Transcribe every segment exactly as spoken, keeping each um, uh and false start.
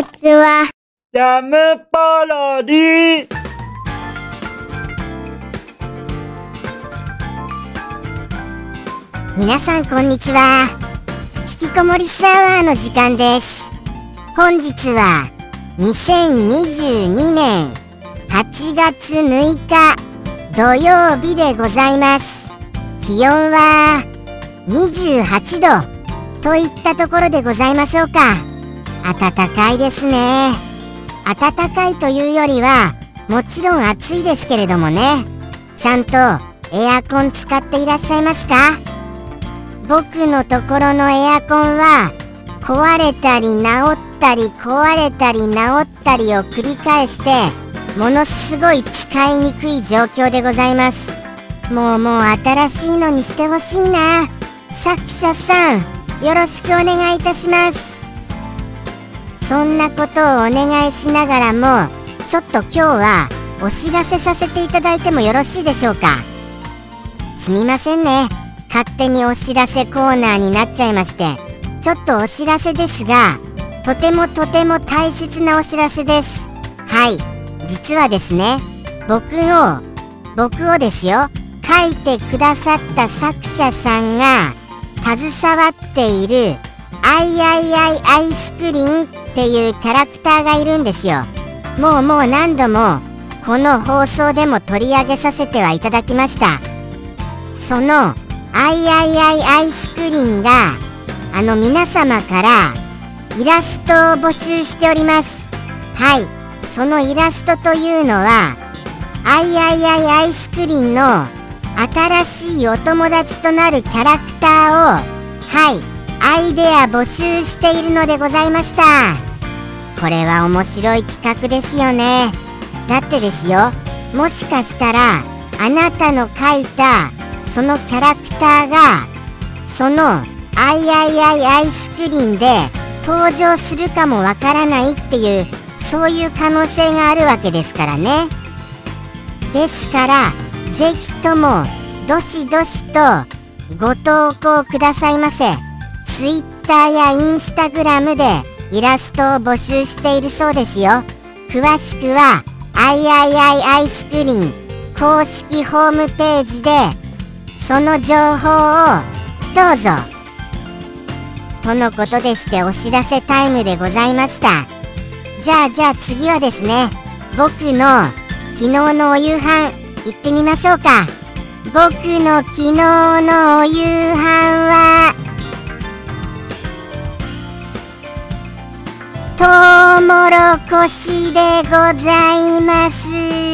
ちは。 ジャムパロディ。 皆さんこんにちは。引きこもりサワーの時間です。本日はにせんにじゅうにねんはちがつむいか土曜日でございます。気温はにじゅうはちどといったところでございましょうか。暖かいですね。暖かいというよりはもちろん暑いですけれどもね、ちゃんとエアコン使っていらっしゃいますか？僕のところのエアコンは壊れたり直ったり壊れたり直ったりを繰り返してものすごい使いにくい状況でございます。もうもう新しいのにしてほしいな。作者さんよろしくお願いいたします。そんなことをお願いしながらもちょっと今日はお知らせさせていただいてもよろしいでしょうか。すみませんね、勝手にお知らせコーナーになっちゃいまして。ちょっとお知らせですが、とてもとても大切なお知らせです。はい、実はですね、僕を僕をですよ、書いてくださった作者さんが携わっているアイアイアイアイスクリンっていうキャラクターがいるんですよ。もうもう何度もこの放送でも取り上げさせてはいただきました。そのアイアイアイアイスクリンがあの皆様からイラストを募集しております。はい、そのイラストというのはアイアイアイアイスクリンの新しいお友達となるキャラクターを、はいアイデア募集しているのでございました。これは面白い企画ですよね。だってですよ、もしかしたらあなたの描いたそのキャラクターがそのアイアイアイアイスクリーンで登場するかもわからないっていう、そういう可能性があるわけですからね。ですからぜひともどしどしとご投稿くださいませ。ツイッターやインスタグラムでイラストを募集しているそうですよ。詳しくは アイアイアイアイスクリーン公式ホームページでその情報をどうぞとのことでして、お知らせタイムでございました。じゃあじゃあ次はですね、僕の昨日のお夕飯行ってみましょうか。僕の昨日のお夕飯はトウモロコシでございます。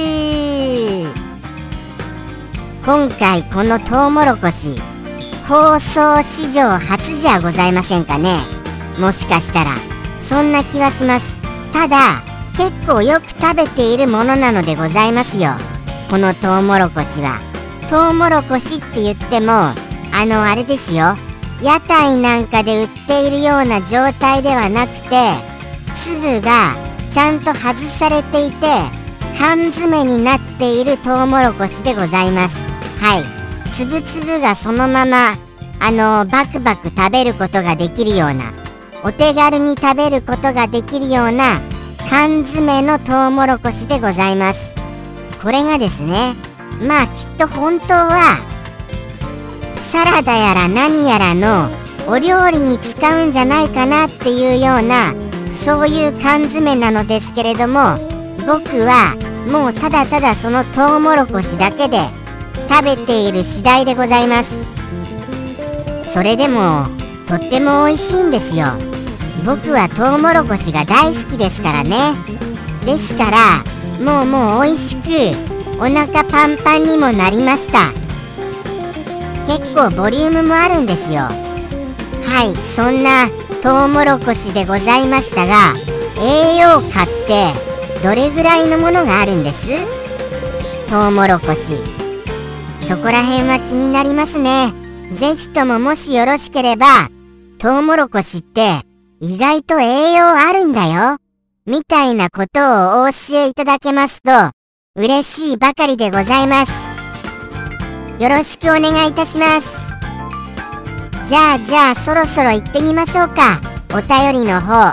今回このトウモロコシ放送史上初じゃございませんかね。もしかしたらそんな気はします。ただ結構よく食べているものなのでございますよ、このトウモロコシは。トウモロコシって言ってもあのあれですよ、屋台なんかで売っているような状態ではなくて、粒がちゃんと外されていて缶詰になっているトウモロコシでございます。はい、つぶつぶがそのままあのバクバク食べることができるような、お手軽に食べることができるような缶詰のトウモロコシでございます。これがですね、まあきっと本当はサラダやら何やらのお料理に使うんじゃないかなっていうような、そういう缶詰なのですけれども、僕はもうただただそのトウモロコシだけで食べている次第でございます。それでもとっても美味しいんですよ。僕はトウモロコシが大好きですからね。ですからもうもう美味しくお腹パンパンにもなりました。結構ボリュームもあるんですよ。はい、そんなトウモロコシでございましたが、栄養価ってどれぐらいのものがあるんです？トウモロコシ、そこら辺は気になりますね。ぜひとももしよろしければトウモロコシって意外と栄養あるんだよみたいなことをお教えいただけますと嬉しいばかりでございます。よろしくお願いいたします。じゃあじゃあそろそろ行ってみましょうか。お便りの方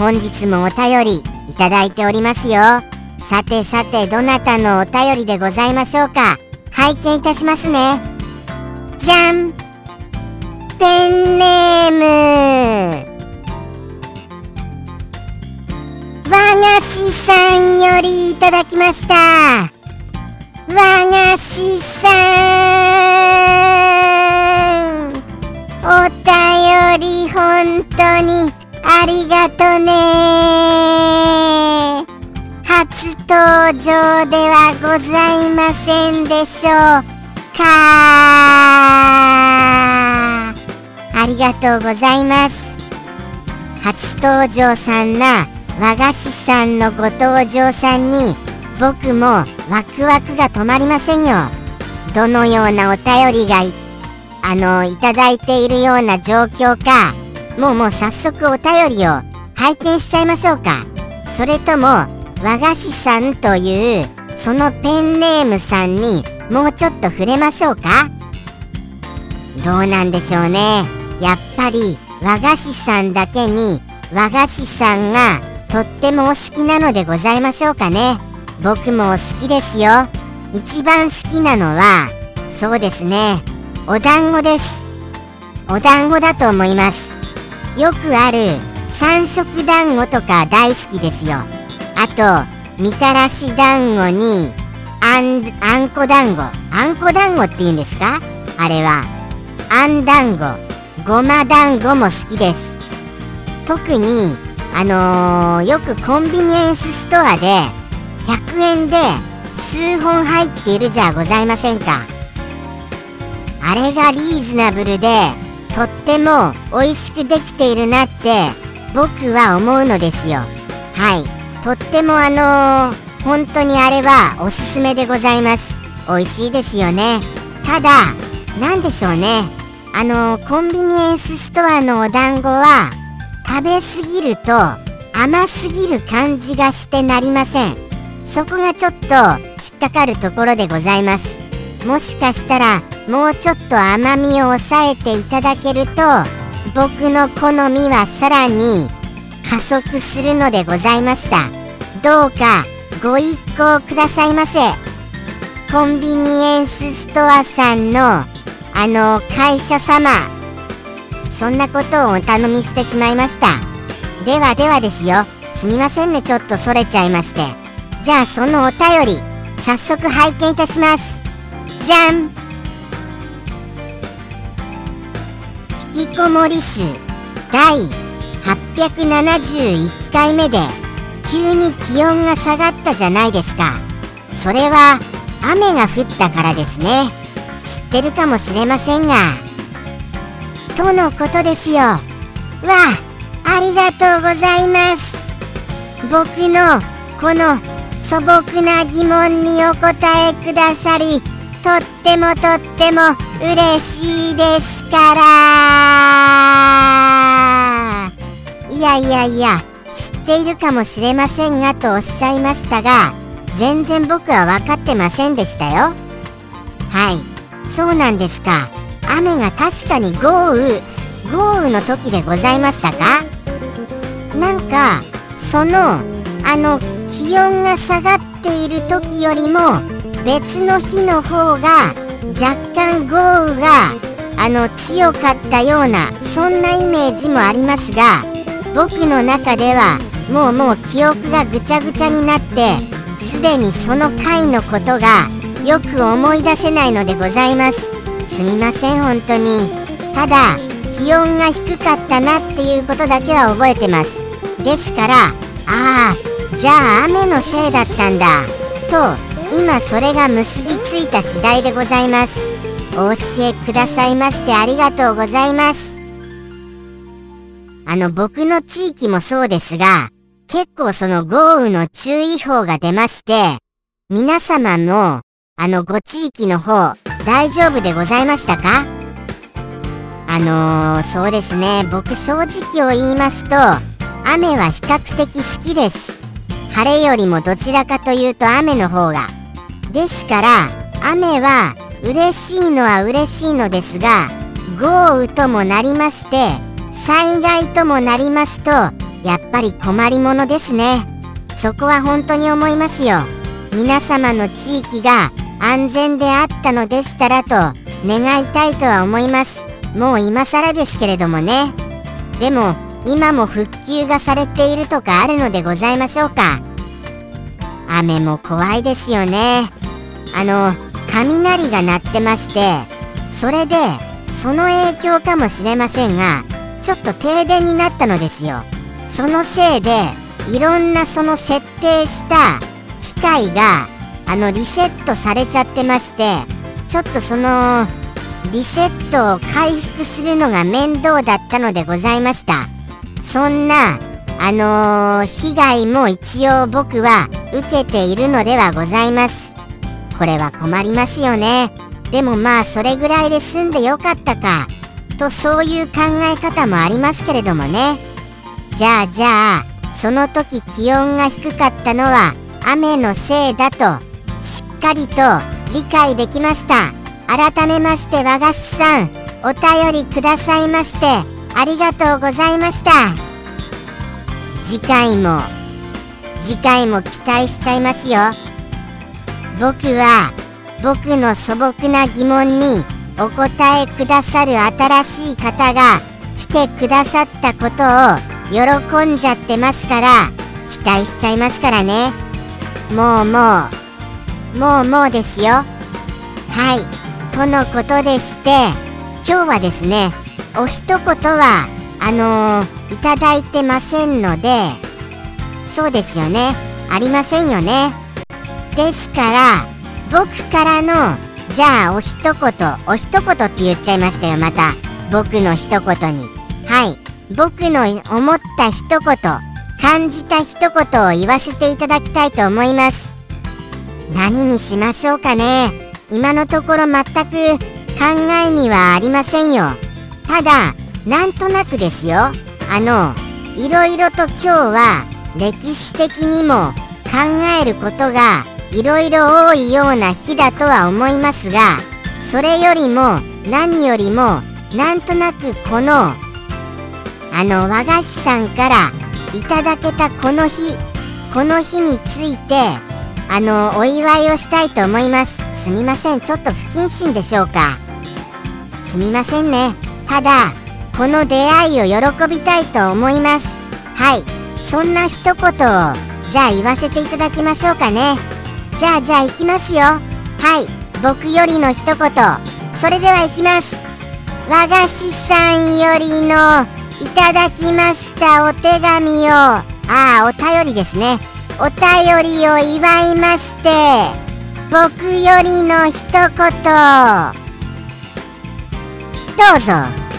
本日もお便りいただいておりますよ。さてさて、どなたのお便りでございましょうか。拝見いたしますね。じゃん。ペンネーム和菓子さんよりいただきました。和菓子さん、お便り本当にありがとね。初登場ではございませんでしょうか。ありがとうございます。初登場さんな和菓子さんのご登場さんに僕もワクワクが止まりませんよ。どのようなお便りがいあのいただいているような状況か、もうもう早速お便りを拝見しちゃいましょうか。それとも和菓子さんというそのペンネームさんにもうちょっと触れましょうか。どうなんでしょうね。やっぱり和菓子さんだけに和菓子さんがとってもお好きなのでございましょうかね。僕も好きですよ。一番好きなのはそうですね、お団子です。お団子だと思います。よくある三色団子とか大好きですよ。あとみたらし団子にあんあんこ団子あんこ団子って言うんですか、あれはあん団子、ごま団子も好きです。特にあのー、よくコンビニエンスストアでひゃくえんで数本入っているじゃございませんか。あれがリーズナブルでとっても美味しくできているなって僕は思うのですよ。はい、とってもあのー、本当にあれはおすすめでございます。美味しいですよね。ただなんでしょうね、あのー、コンビニエンスストアのお団子は食べ過ぎると甘すぎる感じがしてなりません。そこがちょっと引っかかるところでございます。もしかしたらもうちょっと甘みを抑えていただけると僕の好みはさらに加速するのでございました。どうかご一考くださいませ。コンビニエンスストアさんのあの会社様、そんなことをお頼みしてしまいました。ではではですよ、すみませんね、ちょっとそれちゃいまして。じゃあそのお便り早速拝見いたします。じゃん。引きこもり数だいはっぴゃくななじゅういっかいめで急に気温が下がったじゃないですか。それは雨が降ったからですね。知ってるかもしれませんが、とのことですよ。わあ、ありがとうございます。僕のこの素朴な疑問にお答えくださり、とってもとっても嬉しいですから。いやいやいや、知っているかもしれませんがとおっしゃいましたが、全然僕は分かってませんでしたよ。はい、そうなんですか。雨が確かに豪雨豪雨の時でございましたか。なんかそのあの気温が下がっている時よりも別の日の方が若干豪雨があの強かったような、そんなイメージもありますが、僕の中ではもうもう記憶がぐちゃぐちゃになってすでにその回のことがよく思い出せないのでございます。すみません本当に。ただ気温が低かったなっていうことだけは覚えてます。ですから、ああじゃあ雨のせいだったんだと今それが結びついた次第でございます。お教えくださいましてありがとうございます。あの僕の地域もそうですが、結構その豪雨の注意報が出まして、皆様もあのご地域の方大丈夫でございましたか。あのー、そうですね、僕正直を言いますと雨は比較的好きです。晴れよりもどちらかというと雨の方が。ですから雨は嬉しいのは嬉しいのですが、豪雨ともなりまして災害ともなりますとやっぱり困りものですね。そこは本当に思いますよ。皆様の地域が安全であったのでしたらと願いたいとは思います。もう今更ですけれどもね。でも今も復旧がされているとかあるのでございましょうか。雨も怖いですよね。あの雷が鳴ってまして、それでその影響かもしれませんが、ちょっと停電になったのですよ。そのせいでいろんなその設定した機械があのリセットされちゃってまして、ちょっとそのリセットを回復するのが面倒だったのでございました。そんなあのー、被害も一応僕は受けているのではございます。これは困りますよね。でもまあそれぐらいで済んでよかったかと、そういう考え方もありますけれどもね。じゃあじゃあその時気温が低かったのは雨のせいだとしっかりと理解できました。改めまして和菓子さん、お便りくださいましてありがとうございました。次回も次回も期待しちゃいますよ。僕は僕の素朴な疑問にお答えくださる新しい方が来てくださったことを喜んじゃってますから、期待しちゃいますからね。もうもうもうもうですよ。はい、とのことでして、今日はですね、お一言はあのー、いただいてませんので、そうですよね、ありませんよね。ですから僕からのじゃあお一言お一言って言っちゃいましたよ。また僕の一言に、はい、僕の思った一言、感じた一言を言わせていただきたいと思います。何にしましょうかね。今のところ全く考えにはありませんよ。ただなんとなくですよ、あのいろいろと今日は歴史的にも考えることがいろいろ多いような日だとは思いますが、それよりも何よりもなんとなくこのあの和菓子さんからいただけたこの日この日についてあのお祝いをしたいと思います。すみません、ちょっと不謹慎でしょうか。すみませんね。ただこの出会いを喜びたいと思います。はい、そんな一言をじゃあ言わせていただきましょうかね。じゃあじゃあ行きますよ。はい、僕よりの一言、それでは行きます。和菓子さんよりのいただきましたお手紙を、ああお便りですね、お便りを祝いまして僕よりの一言どうぞ。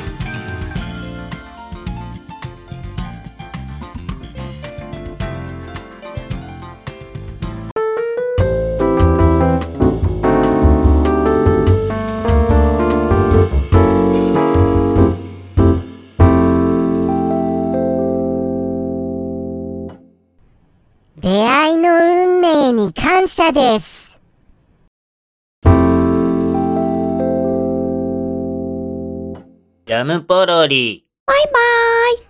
出会いの運命に感謝です。 ジャムポロリ。 バイバーイ。